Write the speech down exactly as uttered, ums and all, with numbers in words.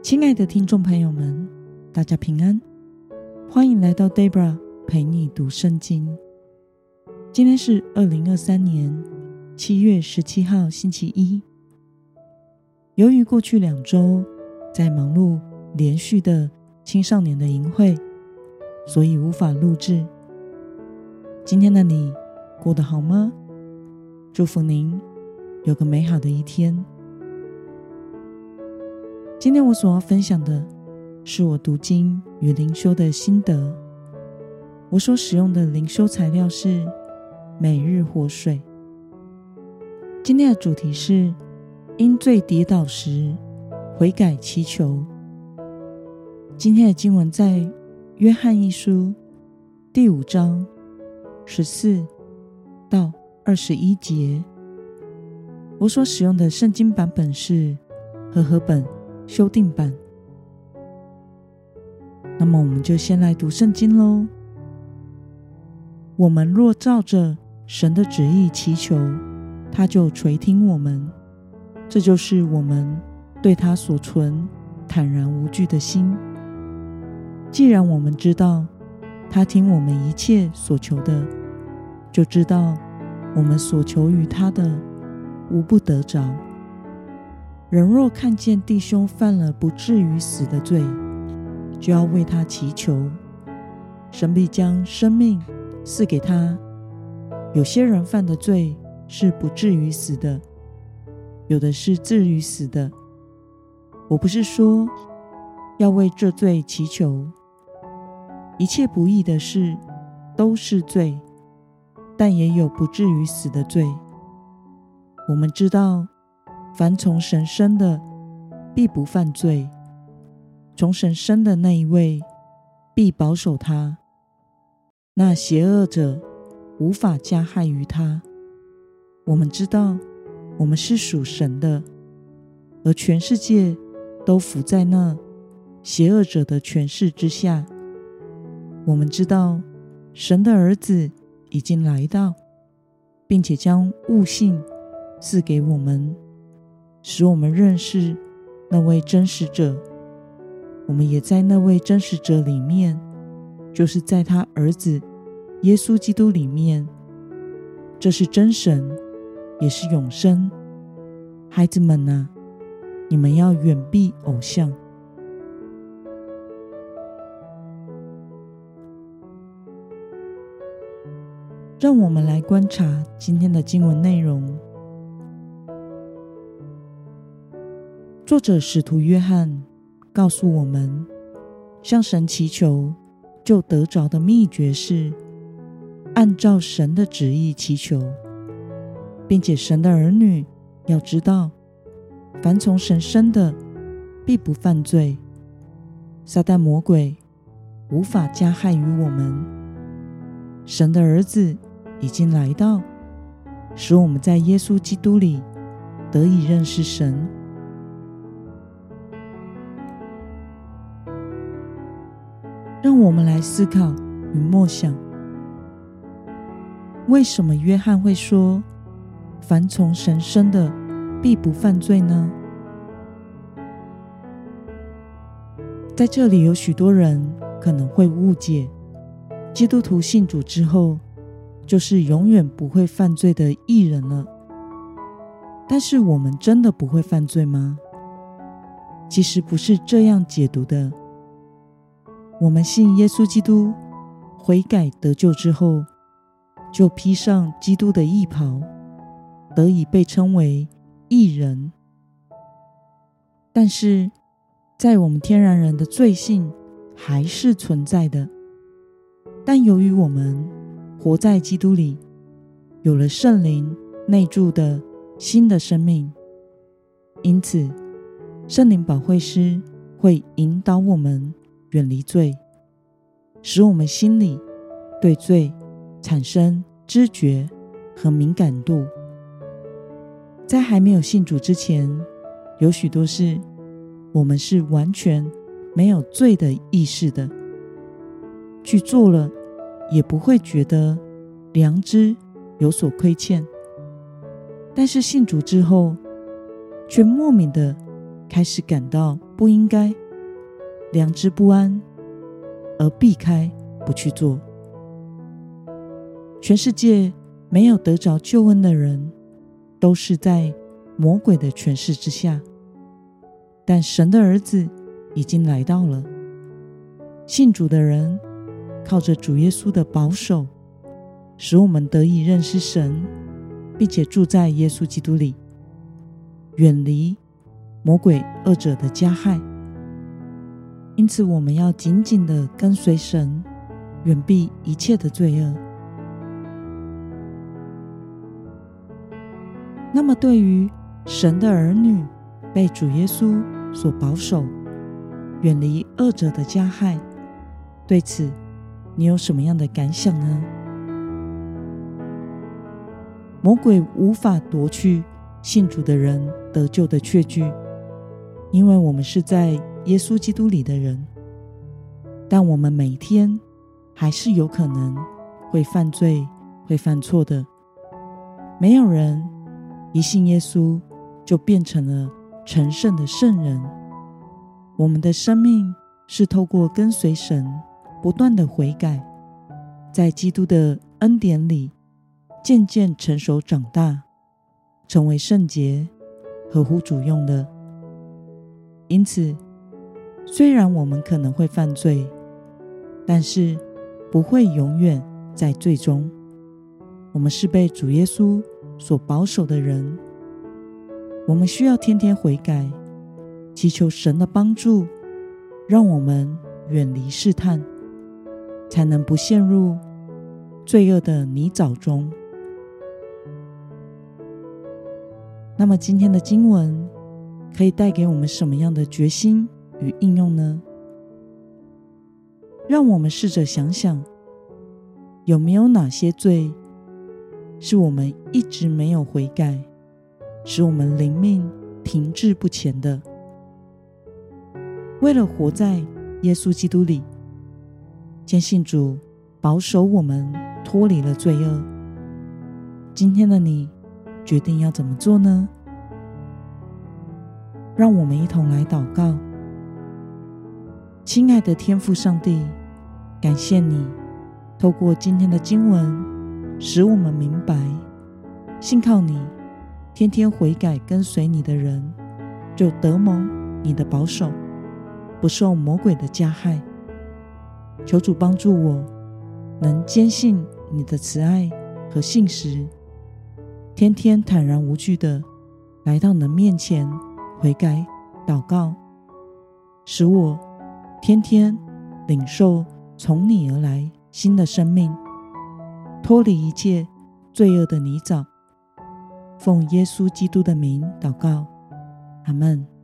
亲爱的听众朋友们，大家平安，欢迎来到 Debra 陪你读圣经。今天是二零二三年七月十七号星期一。由于过去两周在忙碌连续的青少年的营会，所以无法录制。今天的你过得好吗？祝福您有个美好的一天。今天我所要分享的是我读经与灵修的心得。我所使用的灵修材料是每日活水。今天的主题是因罪跌倒时悔改祈求。今天的经文在约翰一书第五章十四到二十一节。我所使用的圣经版本是和合本修订版。那么我们就先来读圣经咯。我们若照着神的旨意祈求，他就垂听我们，这就是我们对他所存坦然无惧的心。既然我们知道他听我们一切所求的，就知道我们所求于他的无不得着。人若看见弟兄犯了不至于死的罪，就要为他祈求，神必将生命赐给他。有些人犯的罪是不至于死的，有的是至于死的。我不是说要为这罪祈求，一切不义的事都是罪，但也有不至于死的罪。我们知道凡从神生的必不犯罪，从神生的那一位必保守他，那邪恶者无法加害于他。我们知道我们是属神的，而全世界都伏在那邪恶者的权势之下。我们知道神的儿子已经来到，并且将悟性赐给我们，使我们认识那位真实者。我们也在那位真实者里面，就是在他儿子耶稣基督里面。这是真神，也是永生。孩子们啊，你们要远避偶像。让我们来观察今天的经文内容。作者使徒约翰告诉我们，向神祈求就得着的秘诀是按照神的旨意祈求，并且神的儿女要知道，凡从神生的必不犯罪。撒旦魔鬼无法加害于我们。神的儿子已经来到，使我们在耶稣基督里得以认识神。让我们来思考与默想，为什么约翰会说凡从神生的必不犯罪呢？在这里有许多人可能会误解，基督徒信主之后就是永远不会犯罪的义人了。但是我们真的不会犯罪吗？其实不是这样解读的。我们信耶稣基督，悔改得救之后，就披上基督的义袍，得以被称为义人。但是在我们天然人的罪性还是存在的，但由于我们活在基督里，有了圣灵内住的新的生命，因此圣灵保惠师会引导我们远离罪，使我们心里对罪产生知觉和敏感度。在还没有信主之前，有许多事我们是完全没有罪的意识的，去做了也不会觉得良知有所亏欠。但是信主之后，却莫名的开始感到不应该、良知不安，而避开不去做。全世界没有得着救恩的人，都是在魔鬼的权势之下，但神的儿子已经来到了。信主的人靠着主耶稣的保守，使我们得以认识神，并且住在耶稣基督里，远离魔鬼恶者的加害。因此我们要紧紧地跟随神，远避一切的罪恶。那么对于神的儿女被主耶稣所保守，远离恶者的加害，对此你有什么样的感想呢？魔鬼无法夺去信主的人得救的确据，因为我们是在耶稣基督里的人，但我们每天还是有可能会犯罪、会犯错的。没有人一信耶稣就变成了成圣的圣人。我们的生命是透过跟随神，不断的悔改，在基督的恩典里渐渐成熟长大，成为圣洁，合乎主用的。因此，虽然我们可能会犯罪，但是不会永远在罪中。我们是被主耶稣所保守的人，我们需要天天悔改，祈求神的帮助，让我们远离试探，才能不陷入罪恶的泥沼中。那么今天的经文可以带给我们什么样的决心与应用呢？让我们试着想想，有没有哪些罪是我们一直没有悔改，使我们灵命停滞不前的。为了活在耶稣基督里，坚信主保守我们脱离了罪恶，今天的你决定要怎么做呢？让我们一同来祷告。亲爱的天父上帝，感谢你透过今天的经文，使我们明白，信靠你，天天悔改跟随你的人，就得蒙你的保守，不受魔鬼的加害。求主帮助我，能坚信你的慈爱和信实，天天坦然无惧的来到你的面前悔改祷告，使我天天领受从你而来新的生命，脱离一切罪恶的泥沼。奉耶稣基督的名祷告，阿们。